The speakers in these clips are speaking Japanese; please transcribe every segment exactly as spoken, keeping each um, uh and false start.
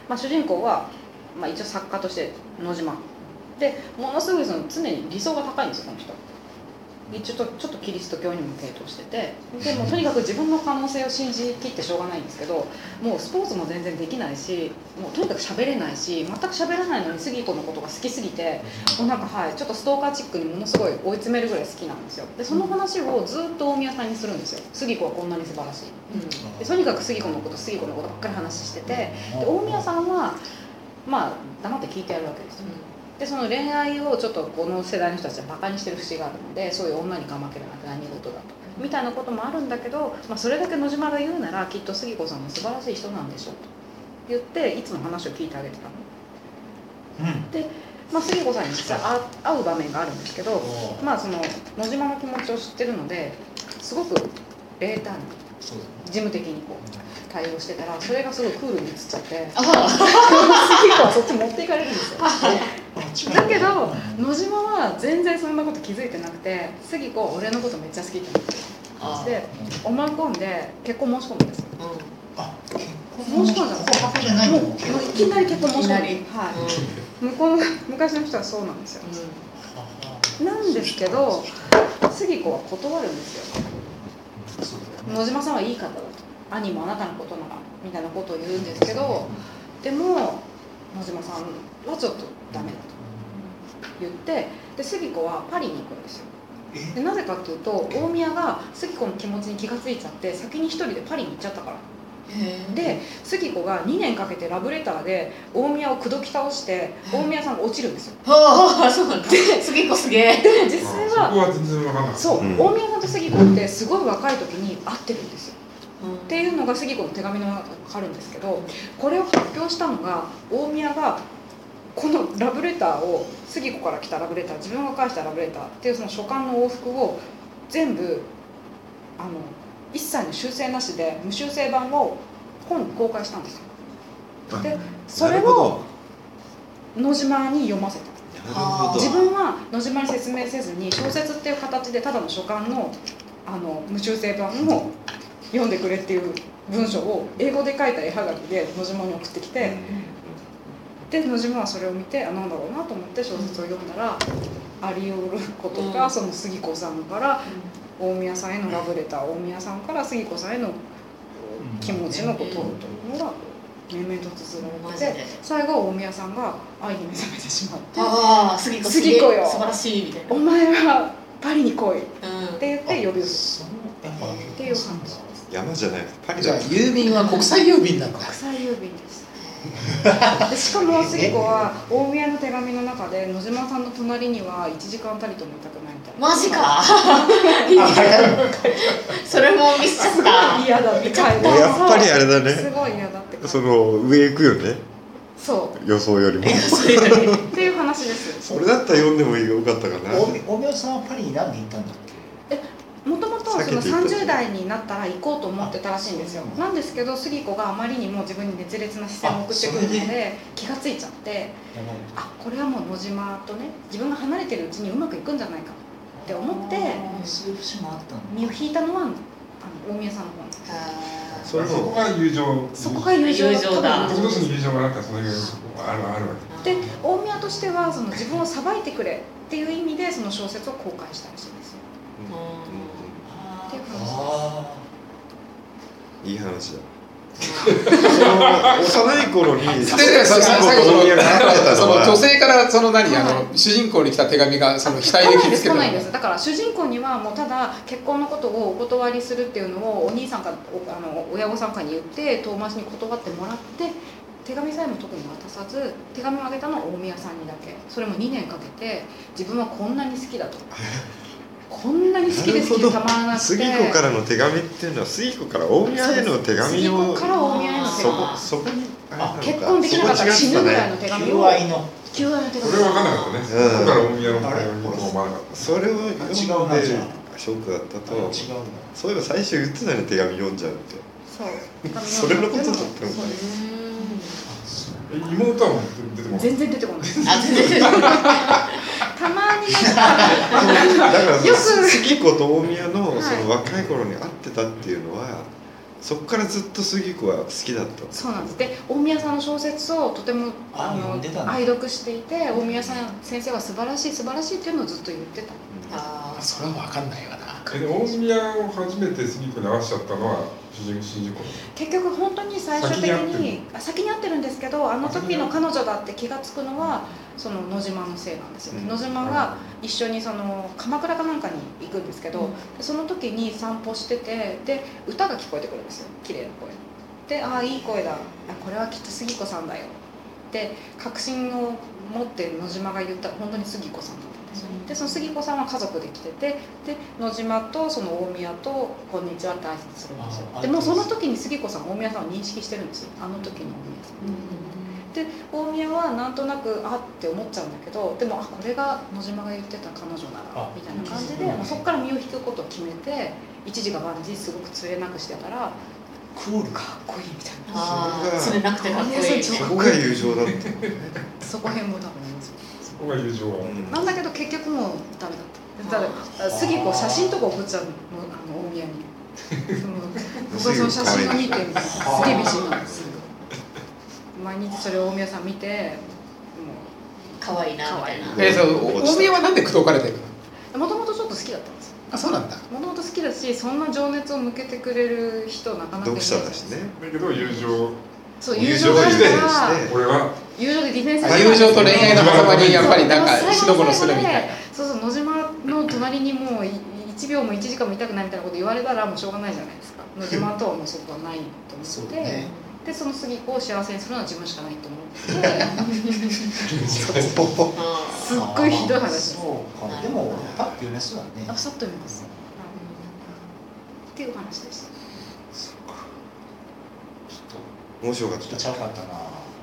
まあ、主人公は、まあ、一応作家として野島で、ものすごいその常に理想が高いんですよこの人。一応ちょっとキリスト教にも傾倒してて、でもとにかく自分の可能性を信じきってしょうがないんですけど、もうスポーツも全然できないし、もうとにかく喋れないし、全く喋らないのに杉子のことが好きすぎて、もうなんかはいちょっとストーカーチックにものすごい追い詰めるぐらい好きなんですよ。でその話をずっと大宮さんにするんですよ。杉子はこんなに素晴らしい、うん、でとにかく杉子のこと杉子のことばっかり話してて、で大宮さんはまあ黙って聞いてやるわけですよ。でその恋愛をちょっとこの世代の人たちはバカにしてる節があるので、そういう女にかまけるなんて何事だとみたいなこともあるんだけど、まあ、それだけ野島が言うならきっと杉子さんも素晴らしい人なんでしょうと言っていつも話を聞いてあげてたの、うん、で、まあ、杉子さんに実は会う場面があるんですけど、まあ、その野島の気持ちを知ってるのですごく冷淡に事務的にこう対応してたら、それがすごいクールに映っちゃって杉子はそっち持っていかれるんですよだけど野島は全然そんなこと気づいてなくて、杉子俺のことめっちゃ好きって思ってるんで思い込んで結婚申し込むんですよ、うん、あ申し込んだのじゃないのもういきなり結婚申し込む、はい、向こうの昔の人はそうなんですよ、うん、なんですけど杉子は断るんですよ。野島さんはいい方だと、兄もあなたのことならみたいなことを言うんですけど、でも野島さんはちょっとダメだと言って、で杉子はパリに行くんですよ。でなぜかっていうと大宮が杉子の気持ちに気がついちゃって先に一人でパリに行っちゃったから。で杉子がにねんかけてラブレターで大宮を口説き倒して大宮さんが落ちるんですよ。 はあ、そうなんだ。杉子すげえ。 でも実際はそこは全然分かんなかった。 そう、うん、大宮さんと杉子ってすごい若い時に会ってるんですよ、うん、っていうのが杉子の手紙の中で分かるんですけど、これを発表したのが大宮がこのラブレターを杉子から来たラブレター、自分が返したラブレターっていうその書簡の往復を全部あの一切の修正なしで無修正版を本に公開したんですよ。でそれを野島に読ませた。自分は野島に説明せずに小説っていう形でただの書簡の、あの無修正版を読んでくれっていう文章を英語で書いた絵はがきで野島に送ってきて、で野島はそれを見て、あ、なんだろうなと思って小説を読んだら、あり得ることが、その杉子さんから大宮さんへのラブレター、大宮さんから杉子さんへの気持ちのことというのが面々と綴られてて、最後大宮さんが愛に目覚めてしまって、 ああ、杉子杉子よ、素晴らしいみたいな、 お前はパリに来いって言って呼び寄せるっていう話です。 山じゃない、パリじゃあ郵便は国際郵便なのか。 国際郵便ですでしかも杉子は大宮の手紙の中で野島さんの隣にはいちじかんたりともいたくないみたいな。 マジかそれも見せちゃった。 嫌だって書いて、 やっぱりあれだね、 すごい嫌だって書いて、 その上行くよね、 そう予想よりもっていう話です。 それだったら読んでもよかったかな。 大宮さんはパリに何で行ったんだっけ。 もともとそのさんじゅう代になったら行こうと思ってたらしいんですよ。なんですけど杉子があまりにも自分に熱烈な視線を送ってくるので気がついちゃって、あ、これはもう野島とね自分が離れてるうちにうまくいくんじゃないかって思って身を引いたのはあの大宮さんの方なんです。 そこが友情。 そこが友情だ。 男同士の友情がなんかその辺があるあるわけで、大宮としてはその自分を裁いてくれっていう意味でその小説を公開したらしいんですよ。っていう話です。 いい話だ。その幼い頃にその女性からその何あの主人公に来た手紙がその額で傷つけたの。 来ないです。だから主人公にはもうただ結婚のことをお断りするっていうのをお兄さんかあの親御さんかに言って遠回しに断ってもらって、手紙さえも特に渡さず手紙をあげたのは大宮さんにだけ。それもにねんかけて自分はこんなに好きだと。こんなに好きですけどたまらなくて、 杉子からの手紙っていうのは杉子から大宮への手紙を、 杉子から大宮への手紙、 そこに結婚できなかったら死ぬぐらいの手紙を、求愛の求愛の手紙、 それは分かんなかったね。そこから大宮の手紙も思わなかった。 それを読んでショックだったと。そういえば最初うつなに手紙読んじゃうって、そうそれのことだったのかね。 妹はもう出てこない。 全然出てこない。 あ、全然出てこない。 たまになんかだから杉子と大宮のその若い頃に会ってたっていうのはそこからずっと杉子は好きだった。 そうなんです。で大宮さんの小説をとてもあの愛読していて、大宮さん先生は素晴らしい素晴らしいっていうのをずっと言ってた。 ああそれは分かんないわな。 えで大宮を初めて杉子に合わせちゃったのは主人主人公。 結局本当に最終的にあ先に会ってるんですけど、あの時の彼女だって気が付くのはその野島のせいなんですよね。野島が一緒にその鎌倉かなんかに行くんですけど、その時に散歩してて、で歌が聞こえてくるんですよ、綺麗な声で、ああいい声だ、あこれはきっと杉子さんだよって確信を持って野島が言ったら本当に杉子さんだったんですよ。でその杉子さんは家族で来てて、で野島とその大宮とこんにちはって挨拶するんですよ。でもうその時に杉子さん大宮さんを認識してるんですよ、あの時の大宮さん、うん、で大宮はなんとなくあって思っちゃうんだけど、でもあこれが野島が言ってた彼女ならみたいな感じで、もうそこから身を引くことを決めて、一時が万事すごく釣れなくしてたらクールかっこいいみたいな。 ああ釣れなくてかっこいい。 そこが友情だった。 そこへんも多分そこが友情は、うん、 なんだけど結局もうダメだった。だから杉子写真とか送っちゃうの、あの大宮に。僕はその写真を見てみたいな、すげえ美人なんですよ。毎日それを大宮さん見て、もう可愛いなみたいな。 えー、そう大宮はなんで口説かれてるの？もともとちょっと好きだったんですよ。 あ、そうなんだ。 もともと好きだし、そんな情熱を向けてくれる人なかなかいない。 読者だしね。 だけど友情。 そう友情だから、 俺は友情でディフェンス。 友情と恋愛の狭間にやっぱりなんかしのごのするみたいな。 そうそう、野島の隣にもういちびょうもいちじかんもいたくないみたいなこと言われたらもうしょうがないじゃないですか。野島とはもうそこはないと思って、ね、でその杉子を幸せにするのは自分しかないと思ってすっごいひどい話です。 そうか。でもパッと読めそうだね。 あ、さっと読みます。っていう話でした。 面白かった。 ちゃうかったな。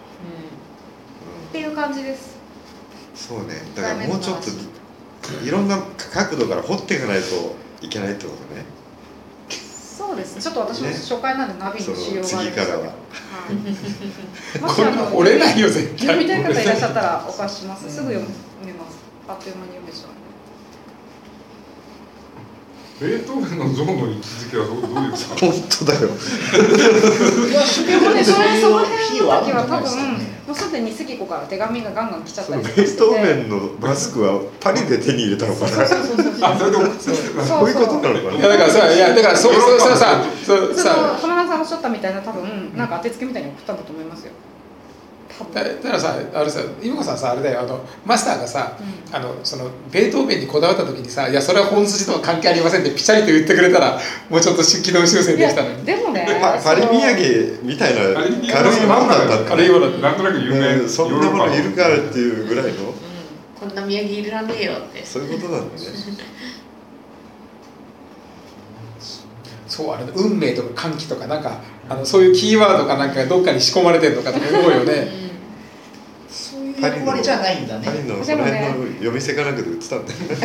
っていう感じです。 そうね。だからもうちょっといろんな角度から掘っていかないといけないってことね。 そうです。ちょっと私も初回なんでナビの仕様があるんですけど、はい、もしあの折れないよ絶対。 読みたい方いらっしゃったらお貸しします。すぐ読めます。あっという間に読めちゃう。 ベートーベンの像の位置づけはどうどういうこと？ 本当だよ。 でもね、それその辺の時は多分もうすでに杉子から手紙がガンガン来ちゃったりとかしてて、 ベートーベンのマスクはパリで手に入れたのかな。 そうそうそうそう。 あ、それで送ってた。 そういうことなのかな。 いやだからさ、いやだからそうそうそうさ、そうさ、 浜田さんおっしゃったみたいな多分なんか当てつけみたいに送ったんだと思いますよ。 だからさ、あれさ、ゆうこさんさ、あれだよ、あのマスターがさ、うん、あのそのベートーベンにこだわった時にさ、いやそれは本筋とは関係ありませんってピシャリと言ってくれたら、もうちょっと軌道修正できたのに。 でもね、 パリ土産みたいな軽いものだった。 軽いものだった。 なんとなく有名、 ね、そんなものいるからっていうぐらいの、うん、 こんな土産いらねえよって。 そういうことなんだね。 そうあれ運命とか歓喜とかなんかあのそういうキーワードかなんかがどっかに仕込まれてるのかと思うよね。 そういう役割じゃないんだね。 パリのその辺の夜店かなんかで売ってたんだよね。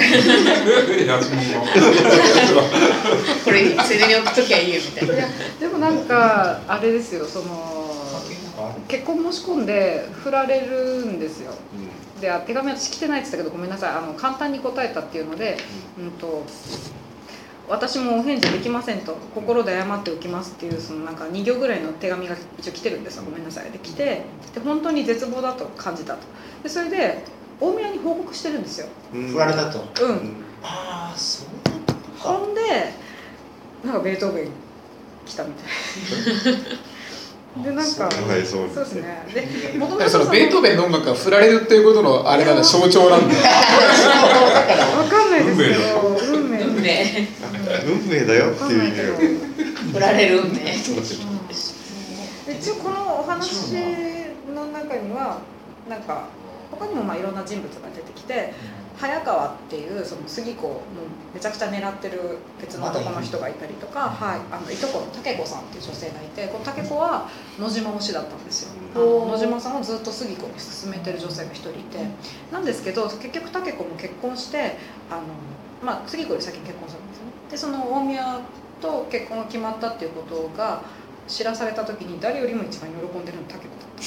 これついでに置くときはいいよみたいな。いやでもなんかあれですよ、その結婚申し込んで振られるんですよ。うん、で手紙私来てないって言ったけどごめんなさい、あの簡単に答えたっていうので、うんと。私もお返事できませんと、心で謝っておきますっていうそのなんかに行ぐらいの手紙が一応来てるんですよ。ごめんなさいで来て、で本当に絶望だと感じたと。でそれで大宮に報告してるんですよ。 振られたと。 うん。 ああそう。 ほんでなんかベートーベン来たみたいでなんかそうですね。で元々 そのベートーベンの音楽が振られるっていうことのあれなんだ、象徴なんだ。 わかんないですけど運命。 運命。 運命だよっていう意味で。振られる運命。 一応このお話の中にはなんか他にもまあいろんな人物が出てきて、早川っていうその杉子のめちゃくちゃ狙ってる別の男の人がいたりとか、はい、あのいとこの竹子さんっていう女性がいて、この竹子は野島推しだったんですよ。野島さんをずっと杉子に勧めてる女性が一人いて、なんですけど結局竹子も結婚してあの、まあ、杉子より先に結婚するんですよね。でその大宮と結婚が決まったっていうことが知らされた時に誰よりも一番喜んでるのは竹子だったんです。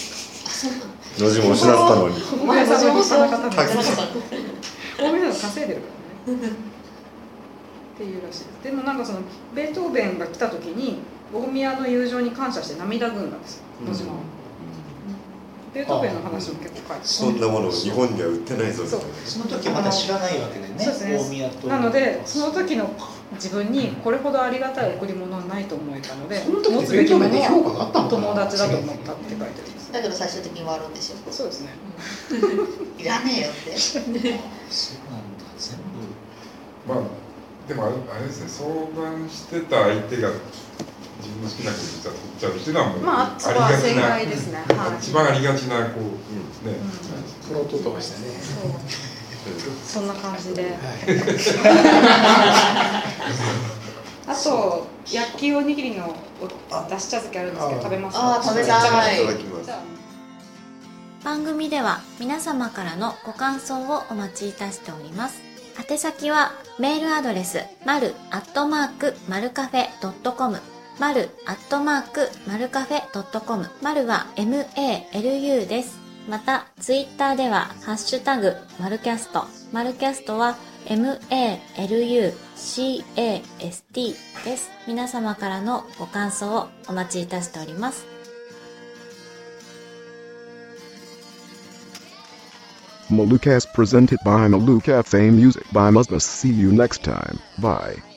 野島を失ったのに。 大宮さんの立派な方なんです大宮さん稼いでるからねっていうらしいです。でもなんかそのベートーベンが来た時に大宮の友情に感謝して涙ぐんだんですよ野島は、ベートーベンの話も結構書いてそんなものを日本には売ってないぞみたいな。 その時はまだ知らないわけでね。 そうですね大宮となのでその時の自分にこれほどありがたい贈り物はないと思えたので、 その時持つべきってベートーベものンで評価があったはのかな。 友達だと思ったって書いてるんですだけど最終的に終わるんでしょ。 そうですねいらねえよって。 そうなんだ、全部。 まあでもあれあれですね、相談してた相手が自分の好きな子実は取っちゃうっていうのはもう、 まあそこは正解ですね、はい、 一番ありがちなこう、ね、 プロトとましたね。 そんな感じで、 はい、 あと焼きおにぎりのだし茶漬けあるんですけど食べますか？ あー食べたい。 いただきます。 番組では皆様からのご感想をお待ちいたしております。宛先はメールアドレスマルアットマークマルカフェドットコム、マルアットマークマルカフェドットコム、マルは エムエーエルユー です。またツイッターではハッシュタグマルキャスト、マルキャストは エムエーエルユーシーエーエスティー です。皆様からのご感想をお待ちいたしております。 Malucast presented by Malucafe Music by Musmus. See you next time. Bye.